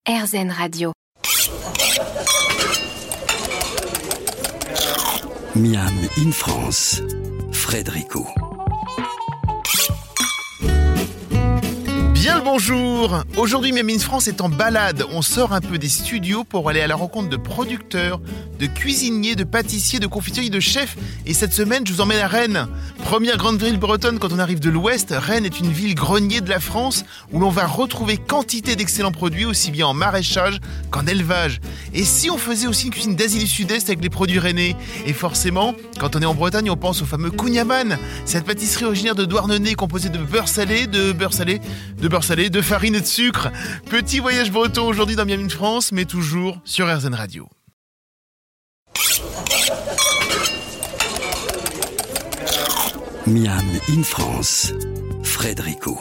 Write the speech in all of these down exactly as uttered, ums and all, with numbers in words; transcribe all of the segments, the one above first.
RZN Radio. Miam in France, Frédérico. Bien le bonjour. Aujourd'hui, Miam in France est en balade. On sort un peu des studios pour aller à la rencontre de producteurs, de cuisiniers, de pâtissiers, de confituriers, de chefs. Et cette semaine, je vous emmène à Rennes. Première grande ville bretonne quand on arrive de l'Ouest, Rennes est une ville grenier de la France où l'on va retrouver quantité d'excellents produits, aussi bien en maraîchage qu'en élevage. Et si on faisait aussi une cuisine d'Asie du Sud-Est avec les produits rennais? Et forcément, quand on est en Bretagne, on pense au fameux kouign-amann, cette pâtisserie originaire de Douarnenez composée de beurre salé, de beurre salé, de beurre salé, de farine et de sucre. Petit voyage breton aujourd'hui dans Miam in France, mais toujours sur RZN Radio. Miam in France, Frédérico.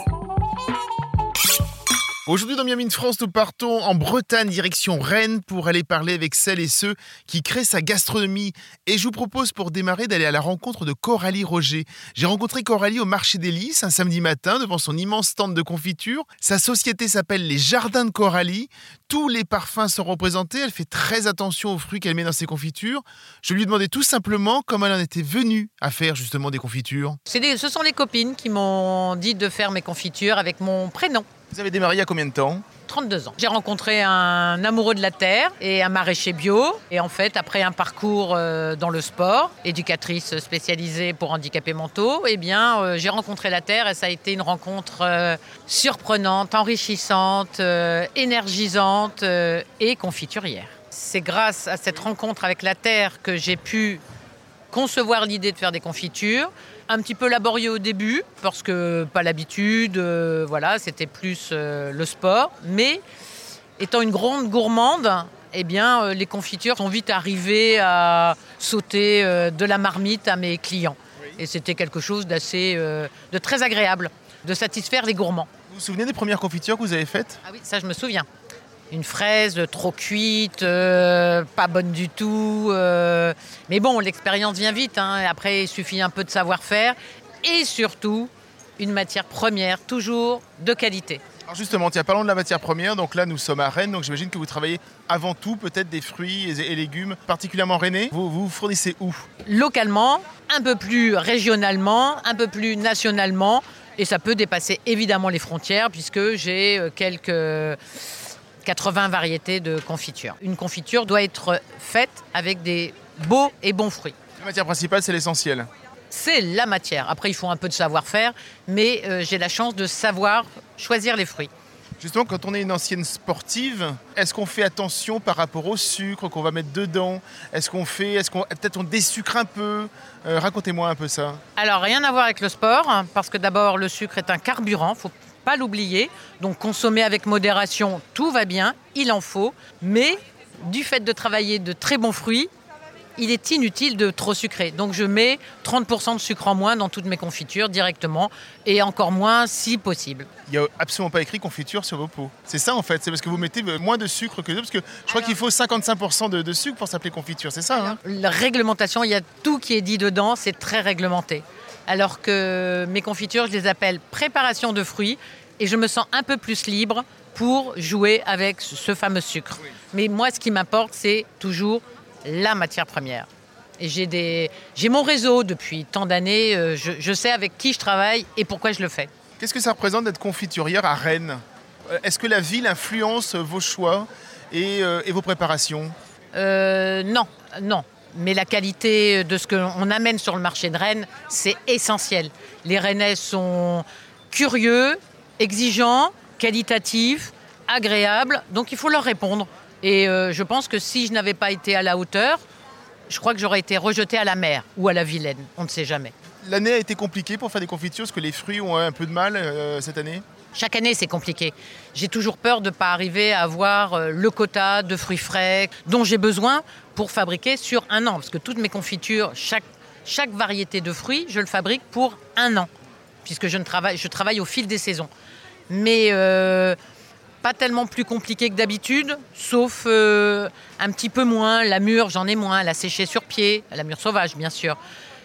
Aujourd'hui dans Miam in France, nous partons en Bretagne, direction Rennes, pour aller parler avec celles et ceux qui créent sa gastronomie. Et je vous propose pour démarrer d'aller à la rencontre de Coralie Roger. J'ai rencontré Coralie au marché des Lys un samedi matin devant son immense stand de confiture. Sa société s'appelle les Jardins de Coralie. Tous les parfums sont représentés. Elle fait très attention aux fruits qu'elle met dans ses confitures. Je lui ai demandé tout simplement comment elle en était venue à faire justement des confitures. C'est des, ce sont les copines qui m'ont dit de faire mes confitures avec mon prénom. Vous avez démarré il y a combien de temps ? trente-deux ans. J'ai rencontré un amoureux de la terre et un maraîcher bio. Et en fait, après un parcours euh, dans le sport, éducatrice spécialisée pour handicapés mentaux, eh bien, euh, j'ai rencontré la terre et ça a été une rencontre euh, surprenante, enrichissante, euh, énergisante euh, et confiturière. C'est grâce à cette rencontre avec la terre que j'ai pu concevoir l'idée de faire des confitures. Un petit peu laborieux au début, parce que pas l'habitude, euh, voilà, c'était plus euh, le sport. Mais étant une grande gourmande, eh bien, euh, les confitures sont vite arrivées à sauter euh, de la marmite à mes clients. Oui. Et c'était quelque chose d'assez, euh, de très agréable, de satisfaire les gourmands. Vous vous souvenez des premières confitures que vous avez faites ? Ah oui, ça je me souviens. Une fraise trop cuite, euh, pas bonne du tout. Euh, mais bon, l'expérience vient vite. Hein. Après, il suffit un peu de savoir-faire. Et surtout, une matière première, toujours de qualité. Alors justement, tiens, parlons de la matière première. Donc là, nous sommes à Rennes. Donc j'imagine que vous travaillez avant tout peut-être des fruits et légumes particulièrement rennais. Vous vous fournissez où ? Localement, un peu plus régionalement, un peu plus nationalement. Et ça peut dépasser évidemment les frontières puisque j'ai quelques... quatre-vingts variétés de confitures. Une confiture doit être faite avec des beaux et bons fruits. La matière principale, c'est l'essentiel. C'est la matière. Après, il faut un peu de savoir-faire, mais euh, j'ai la chance de savoir choisir les fruits. Justement, quand on est une ancienne sportive, est-ce qu'on fait attention par rapport au sucre qu'on va mettre dedans ? Est-ce qu'on fait, est-ce qu'on peut-être on désucre un peu ? euh, Racontez-moi un peu ça. Alors, rien à voir avec le sport, hein, parce que d'abord, le sucre est un carburant. Faut pas l'oublier, donc consommer avec modération, tout va bien, il en faut, mais du fait de travailler de très bons fruits, il est inutile de trop sucrer. Donc je mets trente pour cent de sucre en moins dans toutes mes confitures directement, et encore moins si possible. Il n'y a absolument pas écrit confiture sur vos pots. C'est ça en fait, c'est parce que vous mettez moins de sucre que d'autres, parce que je crois Alors, qu'il faut cinquante-cinq pour cent de, de sucre pour s'appeler confiture, c'est ça hein ? La réglementation, il y a tout qui est dit dedans, c'est très réglementé. Alors que mes confitures, je les appelle préparation de fruits et je me sens un peu plus libre pour jouer avec ce fameux sucre. Oui. Mais moi, ce qui m'importe, c'est toujours la matière première. Et j'ai, des... j'ai mon réseau depuis tant d'années, je, je sais avec qui je travaille et pourquoi je le fais. Qu'est-ce que ça représente d'être confiturière à Rennes ? Est-ce que la ville influence vos choix et, euh, et vos préparations ? euh, Non, non. Mais la qualité de ce qu'on amène sur le marché de Rennes, c'est essentiel. Les Rennais sont curieux, exigeants, qualitatifs, agréables, donc il faut leur répondre. Et euh, je pense que si je n'avais pas été à la hauteur, je crois que j'aurais été rejetée à la mer ou à la Vilaine, on ne sait jamais. L'année a été compliquée pour faire des confitures, parce que les fruits ont un peu de mal euh, cette année ? Chaque année, c'est compliqué. J'ai toujours peur de ne pas arriver à avoir le quota de fruits frais dont j'ai besoin pour fabriquer sur un an. Parce que toutes mes confitures, chaque, chaque variété de fruits, je le fabrique pour un an. Puisque je, ne travaille, je travaille au fil des saisons. Mais euh, pas tellement plus compliqué que d'habitude, sauf euh, un petit peu moins. La mûre, j'en ai moins. La séchée sur pied, la mûre sauvage, bien sûr.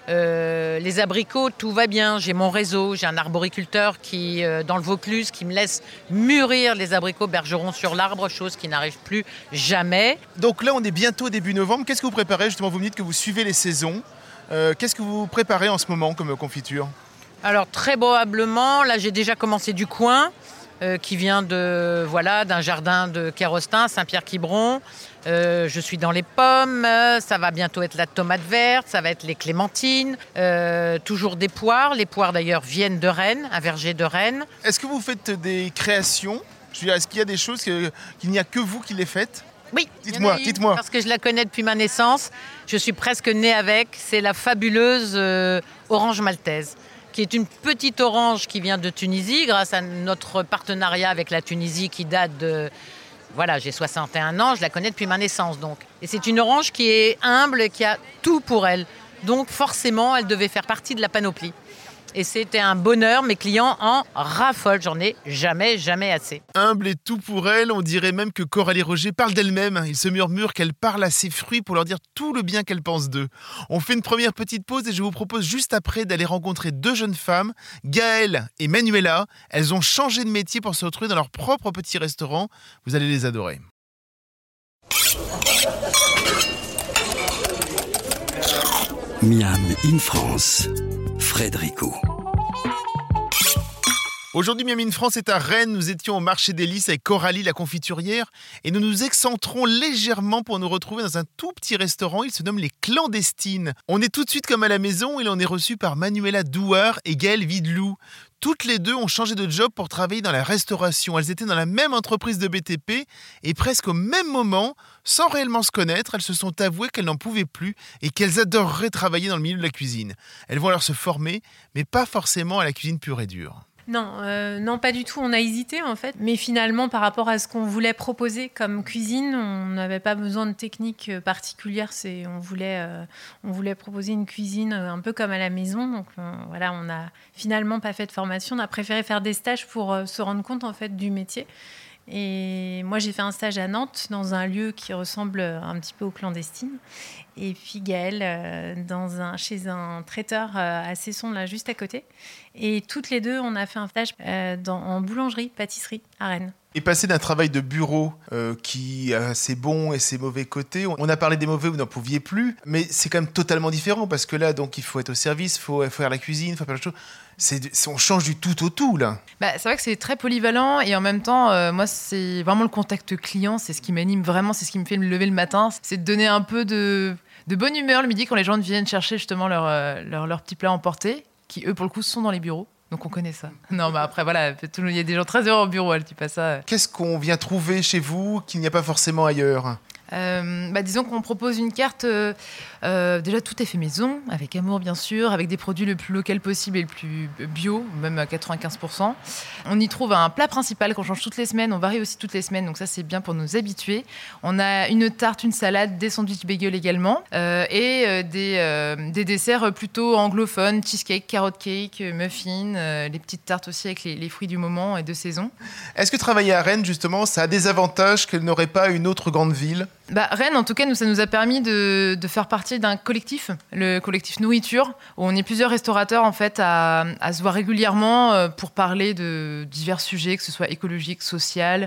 Euh, les abricots, tout va bien. J'ai mon réseau. J'ai un arboriculteur qui, euh, dans le Vaucluse qui me laisse mûrir les abricots bergerons sur l'arbre, chose qui n'arrive plus jamais. Donc là, on est bientôt début novembre. Qu'est-ce que vous préparez? Justement, vous me dites que vous suivez les saisons. Euh, qu'est-ce que vous préparez en ce moment comme confiture? Alors très probablement, là j'ai déjà commencé du coin. Euh, qui vient de, voilà, d'un jardin de Kérostin, Saint-Pierre-Quiberon. Euh, je suis dans les pommes, ça va bientôt être la tomate verte, ça va être les clémentines, euh, toujours des poires. Les poires d'ailleurs viennent de Rennes, un verger de Rennes. Est-ce que vous faites des créations? Je veux dire, est-ce qu'il y a des choses que, qu'il n'y a que vous qui les faites? Oui, dites-moi, dites-moi. Parce que je la connais depuis ma naissance, je suis presque née avec, c'est la fabuleuse euh, orange maltaise, qui est une petite orange qui vient de Tunisie, grâce à notre partenariat avec la Tunisie qui date de... Voilà, j'ai soixante et un ans, je la connais depuis ma naissance donc. Et c'est une orange qui est humble, qui a tout pour elle. Donc forcément, elle devait faire partie de la panoplie. Et c'était un bonheur, mes clients en raffolent, j'en ai jamais, jamais assez. Humble et tout pour elle, on dirait même que Coralie Roger parle d'elle-même. Il se murmure qu'elle parle à ses fruits pour leur dire tout le bien qu'elle pense d'eux. On fait une première petite pause et je vous propose juste après d'aller rencontrer deux jeunes femmes, Gaëlle et Manuela. Elles ont changé de métier pour se retrouver dans leur propre petit restaurant. Vous allez les adorer. Miam in France, Frédérico. Aujourd'hui, Miam in France est à Rennes. Nous étions au marché des Lys avec Coralie, la confiturière, et nous nous excentrons légèrement pour nous retrouver dans un tout petit restaurant. Il se nomme Les Clandestines. On est tout de suite comme à la maison et l'on est reçu par Manuela Douard et Gaëlle Videlou. Toutes les deux ont changé de job pour travailler dans la restauration. Elles étaient dans la même entreprise de B T P et presque au même moment, sans réellement se connaître, elles se sont avouées qu'elles n'en pouvaient plus et qu'elles adoreraient travailler dans le milieu de la cuisine. Elles vont alors se former, mais pas forcément à la cuisine pure et dure. Non, euh, non, pas du tout. On a hésité en fait. Mais finalement, par rapport à ce qu'on voulait proposer comme cuisine, on n'avait pas besoin de techniques particulières. C'est, on, voulait, euh, on voulait proposer une cuisine un peu comme à la maison. Donc on, voilà, on n'a finalement pas fait de formation. On a préféré faire des stages pour euh, se rendre compte en fait du métier. Et moi, j'ai fait un stage à Nantes dans un lieu qui ressemble un petit peu aux Clandestines. Et puis Gaëlle euh, dans un, chez un traiteur euh, à Cesson, là, juste à côté. Et toutes les deux, on a fait un stage euh, dans, en boulangerie, pâtisserie à Rennes. Et passer d'un travail de bureau euh, qui a ses bons et ses mauvais côtés, on a parlé des mauvais, vous n'en pouviez plus, mais c'est quand même totalement différent parce que là, donc, il faut être au service, il faut faire la cuisine, il faut faire plein de choses. C'est, c'est, on change du tout au tout, là. Bah, c'est vrai que c'est très polyvalent et en même temps, euh, moi, c'est vraiment le contact client, c'est ce qui m'anime vraiment, c'est ce qui me fait me lever le matin. C'est de donner un peu de, de bonne humeur le midi quand les gens viennent chercher justement leur, euh, leur, leur petit plat emporté, qui eux, pour le coup, sont dans les bureaux. Donc on connaît ça. Non, mais après, voilà, il y a des gens très heureux au bureau, elle dit pas ça. Qu'est-ce qu'on vient trouver chez vous qu'il n'y a pas forcément ailleurs ? Euh, bah, disons qu'on propose une carte, euh, euh, déjà tout est fait maison, avec amour bien sûr, avec des produits le plus local possible et le plus bio, même à quatre-vingt-quinze pour cent. On y trouve un plat principal qu'on change toutes les semaines, on varie aussi toutes les semaines, donc ça c'est bien pour nous habituer. On a une tarte, une salade, des sandwichs bagel également, euh, et euh, des, euh, des desserts plutôt anglophones, cheesecake, carrot cake, muffins, euh, les petites tartes aussi avec les, les fruits du moment et de saison. Est-ce que travailler à Rennes, justement, ça a des avantages qu'elle n'aurait pas une autre grande ville ? Bah, Rennes, en tout cas, nous, ça nous a permis de, de faire partie d'un collectif, le collectif Nourriture, où on est plusieurs restaurateurs en fait, à, à se voir régulièrement pour parler de divers sujets, que ce soit écologique, social.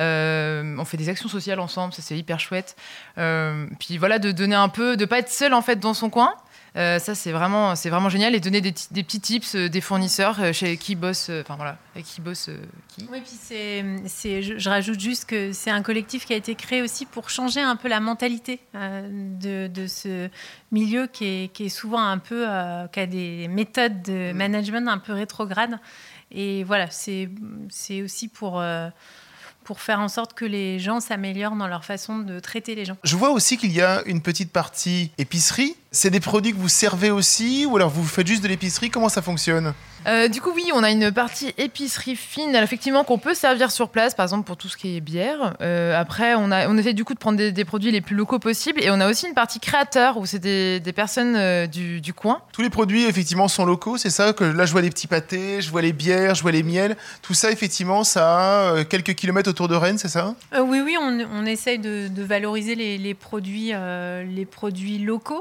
Euh, on fait des actions sociales ensemble, ça c'est hyper chouette. Euh, puis voilà, de donner un peu, de pas être seul en fait dans son coin. Euh, ça c'est vraiment, c'est vraiment génial et donner des, t- des petits tips euh, des fournisseurs euh, chez qui bossent, enfin euh, voilà, avec qui bossent euh, qui. Oui, puis c'est, c'est, je, je rajoute juste que c'est un collectif qui a été créé aussi pour changer un peu la mentalité euh, de, de ce milieu qui est, qui est souvent un peu, euh, qui a des méthodes de management un peu rétrogrades. Et voilà, c'est, c'est aussi pour euh, pour faire en sorte que les gens s'améliorent dans leur façon de traiter les gens. Je vois aussi qu'il y a une petite partie épicerie. C'est des produits que vous servez aussi ou alors vous faites juste de l'épicerie ? Comment ça fonctionne ? Euh, du coup, oui, on a une partie épicerie fine, effectivement, qu'on peut servir sur place, par exemple pour tout ce qui est bière. Euh, après, on, a, on essaie du coup de prendre des, des produits les plus locaux possibles. Et on a aussi une partie créateur, où c'est des, des personnes euh, du, du coin. Tous les produits, effectivement, sont locaux, c'est ça que là, je vois les petits pâtés, je vois les bières, je vois les miels. Tout ça, effectivement, ça a euh, quelques kilomètres autour de Rennes, c'est ça ? euh, Oui, oui, on, on essaye de, de valoriser les, les, produits, euh, les produits locaux. Comment est-ce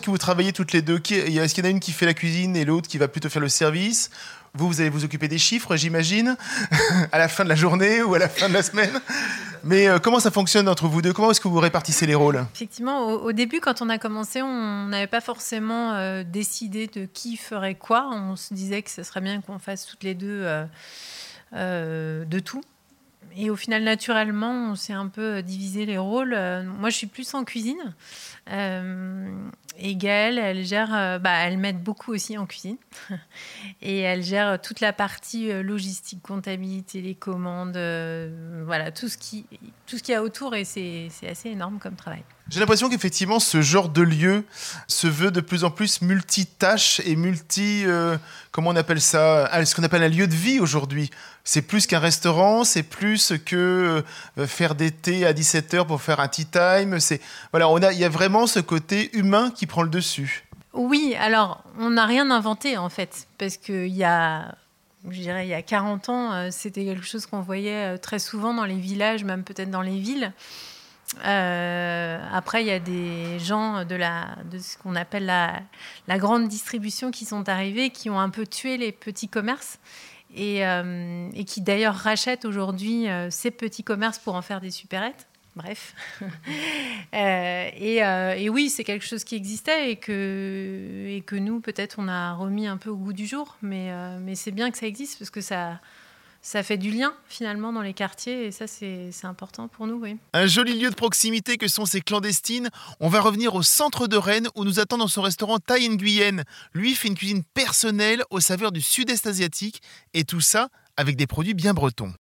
que vous travaillez toutes les deux? Qui- Est-ce qu'il y en a une qui fait la cuisine et l'autre qui va plutôt faire le service? Vous, vous allez vous occuper des chiffres, j'imagine, à la fin de la journée ou à la fin de la semaine. Mais euh, comment ça fonctionne entre vous deux? Comment est-ce que vous répartissez les rôles? Effectivement, au, au début, quand on a commencé, on n'avait pas forcément euh, décidé de qui ferait quoi. On se disait que ce serait bien qu'on fasse toutes les deux euh, euh, de tout. Et au final, naturellement, on s'est un peu divisé les rôles. Euh, moi, je suis plus en cuisine. Euh, et Gaëlle, elle gère, euh, bah, elle m'aide beaucoup aussi en cuisine. Et elle gère toute la partie euh, logistique, comptabilité, les commandes, euh, voilà, tout ce qui, tout ce qu'il y a autour. Et c'est, c'est assez énorme comme travail. J'ai l'impression qu'effectivement, ce genre de lieu se veut de plus en plus multitâche et multi... Euh, comment on appelle ça? Ah, ce qu'on appelle un lieu de vie aujourd'hui. C'est plus qu'un restaurant, c'est plus que euh, faire des thés à dix-sept heures pour faire un tea time. C'est, voilà, on a, il y a vraiment ce côté humain qui prend le dessus. Oui, alors, on n'a rien inventé, en fait, parce qu'il y a... Je dirais, il y a quarante ans, euh, c'était quelque chose qu'on voyait euh, très souvent dans les villages, même peut-être dans les villes. Euh, après, il y a des gens de, la, de ce qu'on appelle la, la grande distribution qui sont arrivés, qui ont un peu tué les petits commerces et, euh, et qui d'ailleurs rachètent aujourd'hui euh, ces petits commerces pour en faire des supérettes. Bref. euh, et, euh, et oui, c'est quelque chose qui existait et que, et que nous, peut-être, on a remis un peu au goût du jour. Mais, euh, mais c'est bien que ça existe parce que ça... Ça fait du lien, finalement, dans les quartiers, et ça, c'est, c'est important pour nous, oui. Un joli lieu de proximité que sont ces clandestines. On va revenir au centre de Rennes, où nous attend dans son restaurant Thaï Nguyen. Lui fait une cuisine personnelle aux saveurs du sud-est asiatique, et tout ça avec des produits bien bretons.